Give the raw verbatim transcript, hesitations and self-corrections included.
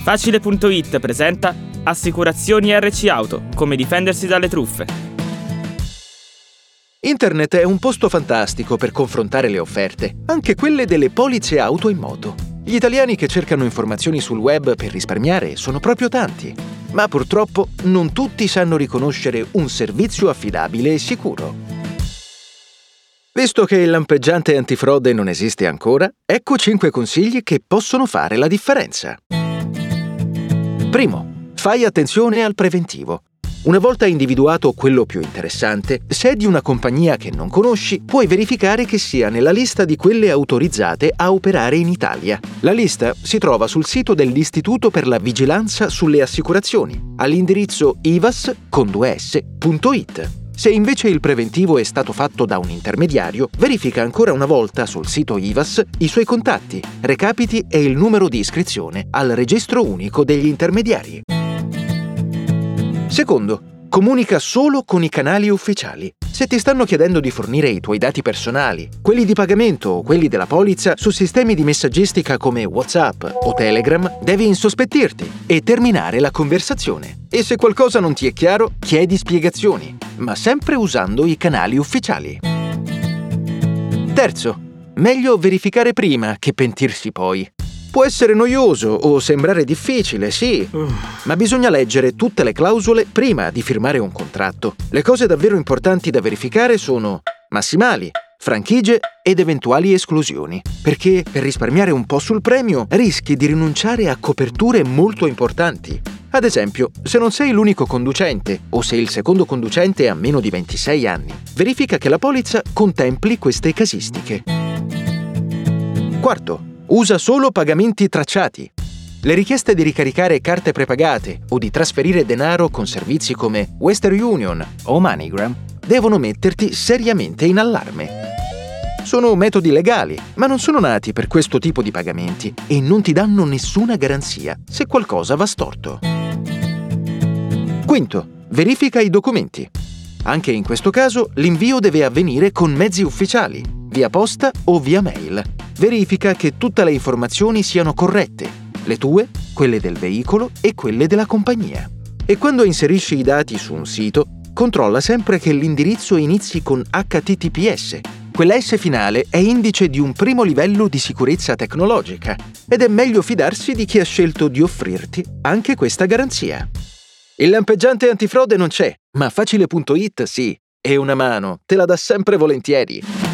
Facile punto it presenta Assicurazioni erre ci Auto, come difendersi dalle truffe. Internet è un posto fantastico per confrontare le offerte, anche quelle delle polizze auto in moto. Gli italiani che cercano informazioni sul web per risparmiare sono proprio tanti, ma purtroppo non tutti sanno riconoscere un servizio affidabile e sicuro. Visto che il lampeggiante antifrode non esiste ancora, ecco cinque consigli che possono fare la differenza. Primo, fai attenzione al preventivo. Una volta individuato quello più interessante, se è di una compagnia che non conosci, puoi verificare che sia nella lista di quelle autorizzate a operare in Italia. La lista si trova sul sito dell'Istituto per la Vigilanza sulle Assicurazioni, all'indirizzo ivas con due s punto it. Se invece il preventivo è stato fatto da un intermediario, verifica ancora una volta sul sito I V A S i suoi contatti, recapiti e il numero di iscrizione al Registro Unico degli Intermediari. Secondo, comunica solo con i canali ufficiali. Se ti stanno chiedendo di fornire i tuoi dati personali, quelli di pagamento o quelli della polizza su sistemi di messaggistica come WhatsApp o Telegram, devi insospettirti e terminare la conversazione. E se qualcosa non ti è chiaro, chiedi spiegazioni, ma sempre usando i canali ufficiali. Terzo, meglio verificare prima che pentirsi poi. Può essere noioso o sembrare difficile, sì, ma bisogna leggere tutte le clausole prima di firmare un contratto. Le cose davvero importanti da verificare sono massimali, franchigie ed eventuali esclusioni, perché per risparmiare un po' sul premio rischi di rinunciare a coperture molto importanti. Ad esempio, se non sei l'unico conducente o se il secondo conducente ha meno di ventisei anni, verifica che la polizza contempli queste casistiche. Quarto, usa solo pagamenti tracciati. Le richieste di ricaricare carte prepagate o di trasferire denaro con servizi come Western Union o MoneyGram devono metterti seriamente in allarme. Sono metodi legali, ma non sono nati per questo tipo di pagamenti e non ti danno nessuna garanzia se qualcosa va storto. Quinto, verifica i documenti. Anche in questo caso l'invio deve avvenire con mezzi ufficiali, via posta o via mail. Verifica che tutte le informazioni siano corrette, le tue, quelle del veicolo e quelle della compagnia. E quando inserisci i dati su un sito, controlla sempre che l'indirizzo inizi con acca ti ti pi esse. Quella S finale è indice di un primo livello di sicurezza tecnologica ed è meglio fidarsi di chi ha scelto di offrirti anche questa garanzia. Il lampeggiante antifrode non c'è, ma facile punto it sì, e una mano te la dà sempre volentieri.